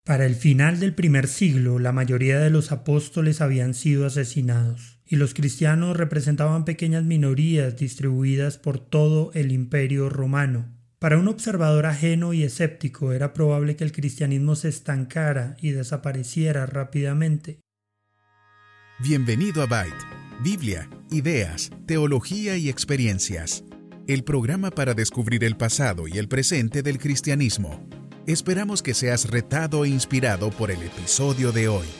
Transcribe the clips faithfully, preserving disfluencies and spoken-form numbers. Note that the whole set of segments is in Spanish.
Para el final del primer siglo, la mayoría de los apóstoles habían sido asesinados, y los cristianos representaban pequeñas minorías distribuidas por todo el Imperio Romano. Para un observador ajeno y escéptico era probable que el cristianismo se estancara y desapareciera rápidamente. Bienvenido a Byte, Biblia, ideas, teología y experiencias. El programa para descubrir el pasado y el presente del cristianismo. Esperamos que seas retado e inspirado por el episodio de hoy.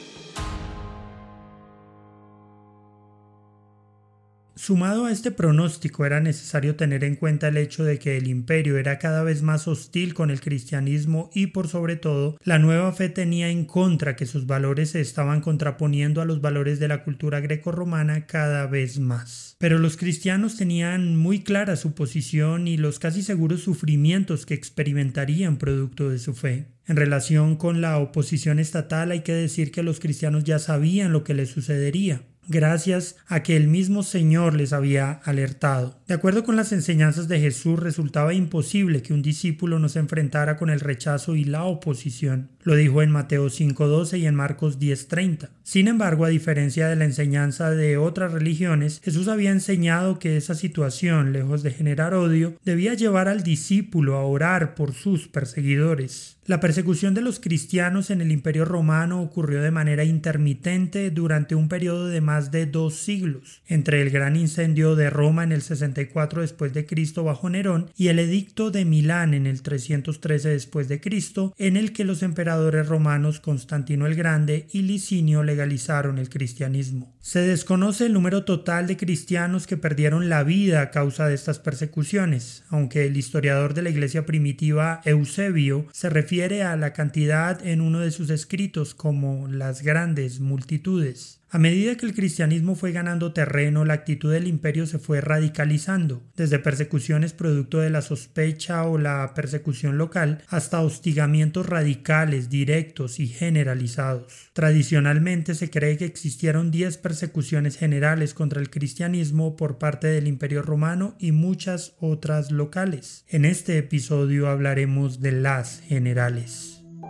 Sumado a este pronóstico, era necesario tener en cuenta el hecho de que el imperio era cada vez más hostil con el cristianismo y, por sobre todo, la nueva fe tenía en contra que sus valores se estaban contraponiendo a los valores de la cultura grecorromana cada vez más. Pero los cristianos tenían muy clara su posición y los casi seguros sufrimientos que experimentarían producto de su fe. En relación con la oposición estatal, hay que decir que los cristianos ya sabían lo que les sucedería, gracias a que el mismo Señor les había alertado. De acuerdo con las enseñanzas de Jesús, resultaba imposible que un discípulo no se enfrentara con el rechazo y la oposición. Lo dijo en Mateo cinco doce y en Marcos diez treinta. Sin embargo, a diferencia de la enseñanza de otras religiones, Jesús había enseñado que esa situación, lejos de generar odio, debía llevar al discípulo a orar por sus perseguidores. La persecución de los cristianos en el Imperio Romano ocurrió de manera intermitente durante un periodo de más de dos siglos, entre el gran incendio de Roma en el sesenta y cuatro después de Cristo bajo Nerón y el edicto de Milán en el trescientos trece después de Cristo, en el que los emperadores romanos Constantino el Grande y Licinio legalizaron el cristianismo. Se desconoce el número total de cristianos que perdieron la vida a causa de estas persecuciones, aunque el historiador de la iglesia primitiva Eusebio se refiere a la cantidad en uno de sus escritos como las grandes multitudes. A medida que el cristianismo fue ganando terreno, la actitud del imperio se fue radicalizando, desde persecuciones producto de la sospecha o la persecución local, hasta hostigamientos radicales, directos y generalizados. Tradicionalmente se cree que existieron diez persecuciones generales contra el cristianismo por parte del Imperio Romano y muchas otras locales. En este episodio hablaremos de las generales.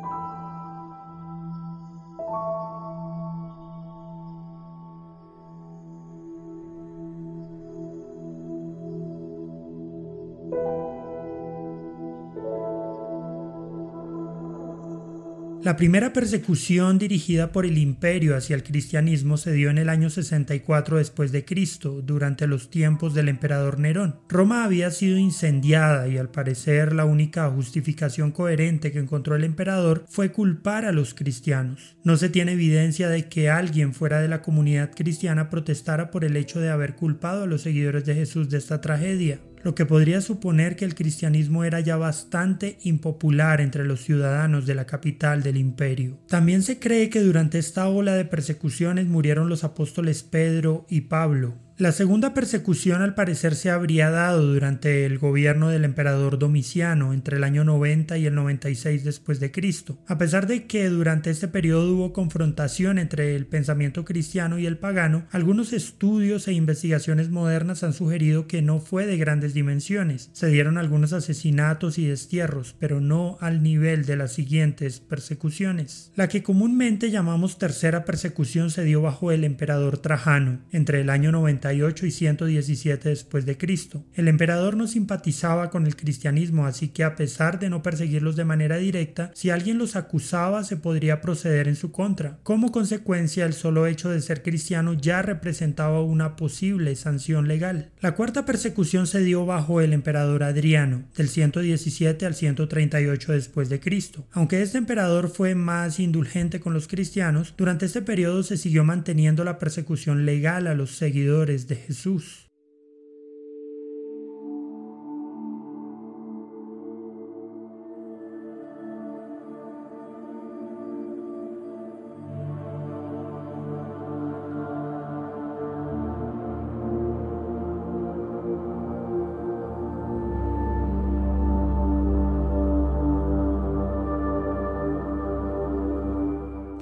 La primera persecución dirigida por el imperio hacia el cristianismo se dio en el año sesenta y cuatro después de Cristo, durante los tiempos del emperador Nerón. Roma había sido incendiada y al parecer la única justificación coherente que encontró el emperador fue culpar a los cristianos. No se tiene evidencia de que alguien fuera de la comunidad cristiana protestara por el hecho de haber culpado a los seguidores de Jesús de esta tragedia, lo que podría suponer que el cristianismo era ya bastante impopular entre los ciudadanos de la capital del imperio. También se cree que durante esta ola de persecuciones murieron los apóstoles Pedro y Pablo. La segunda persecución al parecer se habría dado durante el gobierno del emperador Domiciano entre el año noventa y el noventa y seis después de Cristo. A pesar de que durante este periodo hubo confrontación entre el pensamiento cristiano y el pagano, algunos estudios e investigaciones modernas han sugerido que no fue de grandes dimensiones. Se dieron algunos asesinatos y destierros, pero no al nivel de las siguientes persecuciones. La que comúnmente llamamos tercera persecución se dio bajo el emperador Trajano entre el año noventa y ocho y ciento diecisiete después de Cristo. El emperador no simpatizaba con el cristianismo, así que a pesar de no perseguirlos de manera directa, si alguien los acusaba se podría proceder en su contra. Como consecuencia, el solo hecho de ser cristiano ya representaba una posible sanción legal. La cuarta persecución se dio bajo el emperador Adriano, del ciento diecisiete al ciento treinta y ocho después de Cristo. Aunque este emperador fue más indulgente con los cristianos, durante este periodo se siguió manteniendo la persecución legal a los seguidores de Jesús.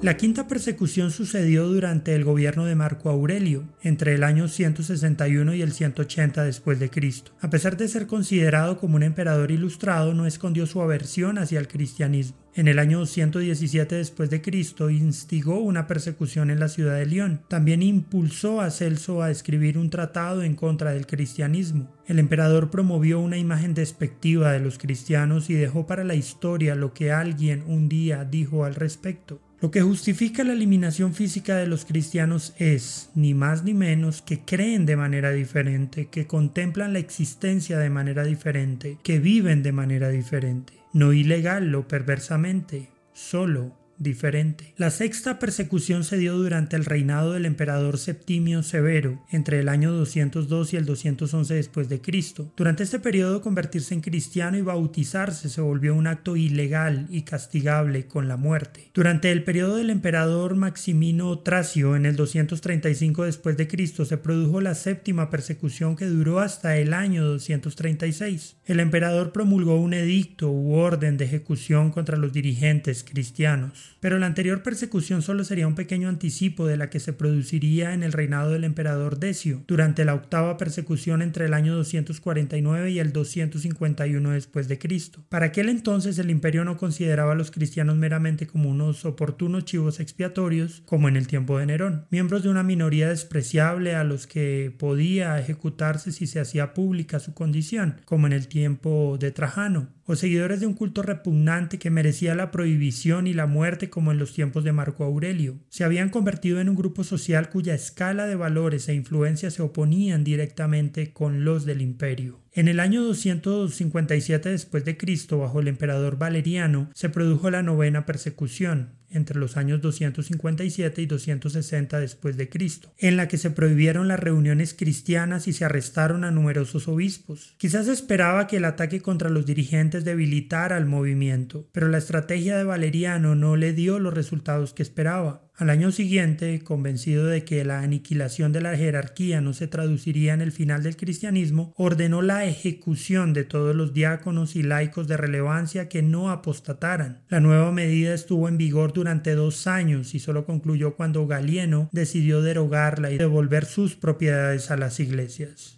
La quinta persecución sucedió durante el gobierno de Marco Aurelio, entre el año ciento sesenta y uno y el ciento ochenta después de Cristo. A pesar de ser considerado como un emperador ilustrado, no escondió su aversión hacia el cristianismo. En el año ciento diecisiete después de Cristo instigó una persecución en la ciudad de León. También impulsó a Celso a escribir un tratado en contra del cristianismo. El emperador promovió una imagen despectiva de los cristianos y dejó para la historia lo que alguien un día dijo al respecto. Lo que justifica la eliminación física de los cristianos es, ni más ni menos, que creen de manera diferente, que contemplan la existencia de manera diferente, que viven de manera diferente. No ilegal o perversamente, solo diferente. La sexta persecución se dio durante el reinado del emperador Septimio Severo, entre el año doscientos dos y el doscientos once después de Cristo. Durante este periodo, convertirse en cristiano y bautizarse se volvió un acto ilegal y castigable con la muerte. Durante el periodo del emperador Maximino Tracio, en el doscientos treinta y cinco después de Cristo, se produjo la séptima persecución que duró hasta el año doscientos treinta y seis. El emperador promulgó un edicto u orden de ejecución contra los dirigentes cristianos. Pero la anterior persecución solo sería un pequeño anticipo de la que se produciría en el reinado del emperador Decio, durante la octava persecución entre el año doscientos cuarenta y nueve y el doscientos cincuenta y uno después de Cristo. Para aquel entonces el imperio no consideraba a los cristianos meramente como unos oportunos chivos expiatorios, como en el tiempo de Nerón, miembros de una minoría despreciable a los que podía ejecutarse si se hacía pública su condición, como en el tiempo de Trajano, o seguidores de un culto repugnante que merecía la prohibición y la muerte como en los tiempos de Marco Aurelio. Se habían convertido en un grupo social cuya escala de valores e influencia se oponían directamente con los del imperio. En el año doscientos cincuenta y siete después de Cristo, bajo el emperador Valeriano, se produjo la novena persecución, entre los años doscientos cincuenta y siete y doscientos sesenta después de Cristo, en la que se prohibieron las reuniones cristianas y se arrestaron a numerosos obispos. Quizás se esperaba que el ataque contra los dirigentes debilitara al movimiento, pero la estrategia de Valeriano no le dio los resultados que esperaba. Al año siguiente, convencido de que la aniquilación de la jerarquía no se traduciría en el final del cristianismo, ordenó la ejecución de todos los diáconos y laicos de relevancia que no apostataran. La nueva medida estuvo en vigor durante dos años y solo concluyó cuando Galieno decidió derogarla y devolver sus propiedades a las iglesias.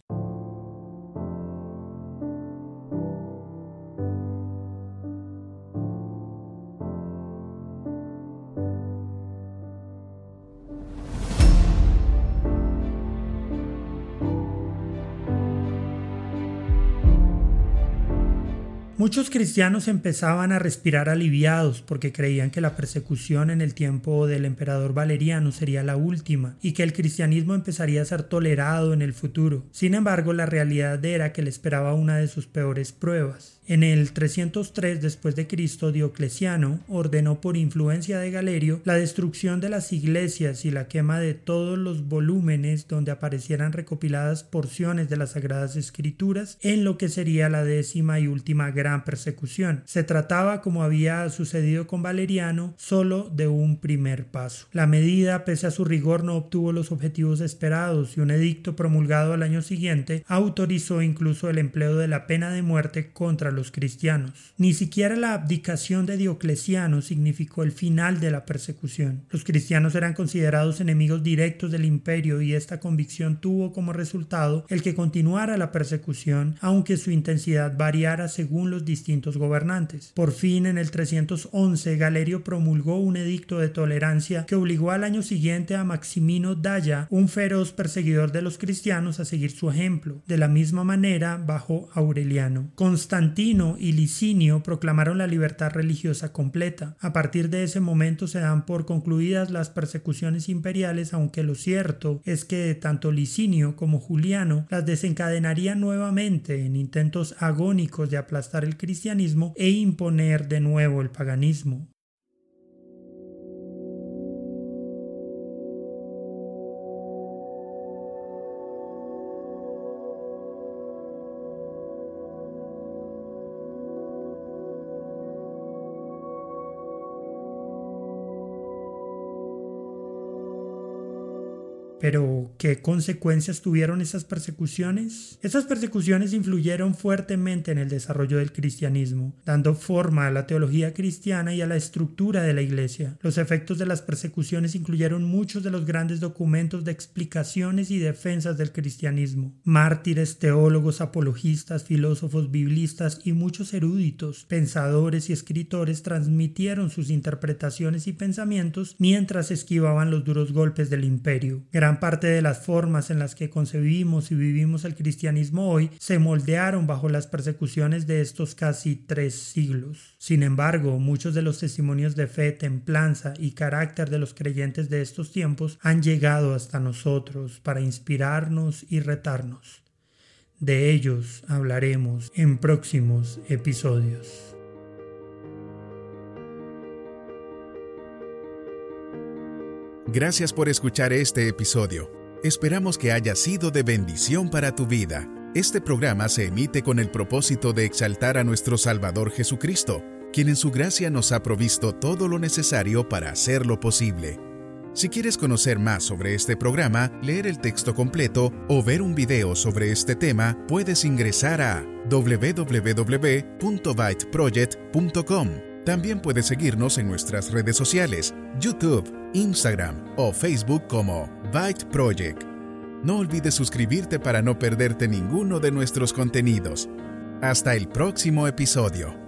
Muchos cristianos empezaban a respirar aliviados porque creían que la persecución en el tiempo del emperador Valeriano sería la última y que el cristianismo empezaría a ser tolerado en el futuro. Sin embargo, la realidad era que le esperaba una de sus peores pruebas. En el trescientos tres después de Cristo, Diocleciano ordenó por influencia de Galerio la destrucción de las iglesias y la quema de todos los volúmenes donde aparecieran recopiladas porciones de las Sagradas Escrituras en lo que sería la décima y última gran persecución. Se trataba, como había sucedido con Valeriano, solo de un primer paso. La medida, pese a su rigor, no obtuvo los objetivos esperados y un edicto promulgado al año siguiente autorizó incluso el empleo de la pena de muerte contra los cristianos. Ni siquiera la abdicación de Diocleciano significó el final de la persecución. Los cristianos eran considerados enemigos directos del imperio y esta convicción tuvo como resultado el que continuara la persecución, aunque su intensidad variara según los distintos gobernantes. Por fin, en el trescientos once, Galerio promulgó un edicto de tolerancia que obligó al año siguiente a Maximino Daia, un feroz perseguidor de los cristianos, a seguir su ejemplo. De la misma manera, bajo Aureliano, Constantino y Licinio proclamaron la libertad religiosa completa. A partir de ese momento se dan por concluidas las persecuciones imperiales, aunque lo cierto es que tanto Licinio como Juliano las desencadenarían nuevamente en intentos agónicos de aplastar el cristianismo e imponer de nuevo el paganismo. Pero, ¿qué consecuencias tuvieron esas persecuciones? Esas persecuciones influyeron fuertemente en el desarrollo del cristianismo, dando forma a la teología cristiana y a la estructura de la Iglesia. Los efectos de las persecuciones incluyeron muchos de los grandes documentos de explicaciones y defensas del cristianismo. Mártires, teólogos, apologistas, filósofos, biblistas y muchos eruditos, pensadores y escritores transmitieron sus interpretaciones y pensamientos mientras esquivaban los duros golpes del imperio. Gran parte de las formas en las que concebimos y vivimos el cristianismo hoy se moldearon bajo las persecuciones de estos casi tres siglos. Sin embargo, muchos de los testimonios de fe, templanza y carácter de los creyentes de estos tiempos han llegado hasta nosotros para inspirarnos y retarnos. De ellos hablaremos en próximos episodios. Gracias por escuchar este episodio. Esperamos que haya sido de bendición para tu vida. Este programa se emite con el propósito de exaltar a nuestro Salvador Jesucristo, quien en su gracia nos ha provisto todo lo necesario para hacerlo posible. Si quieres conocer más sobre este programa, leer el texto completo o ver un video sobre este tema, puedes ingresar a doble u doble u doble u punto byte project punto com. También puedes seguirnos en nuestras redes sociales, YouTube, Instagram o Facebook como Byte Project. No olvides suscribirte para no perderte ninguno de nuestros contenidos. Hasta el próximo episodio.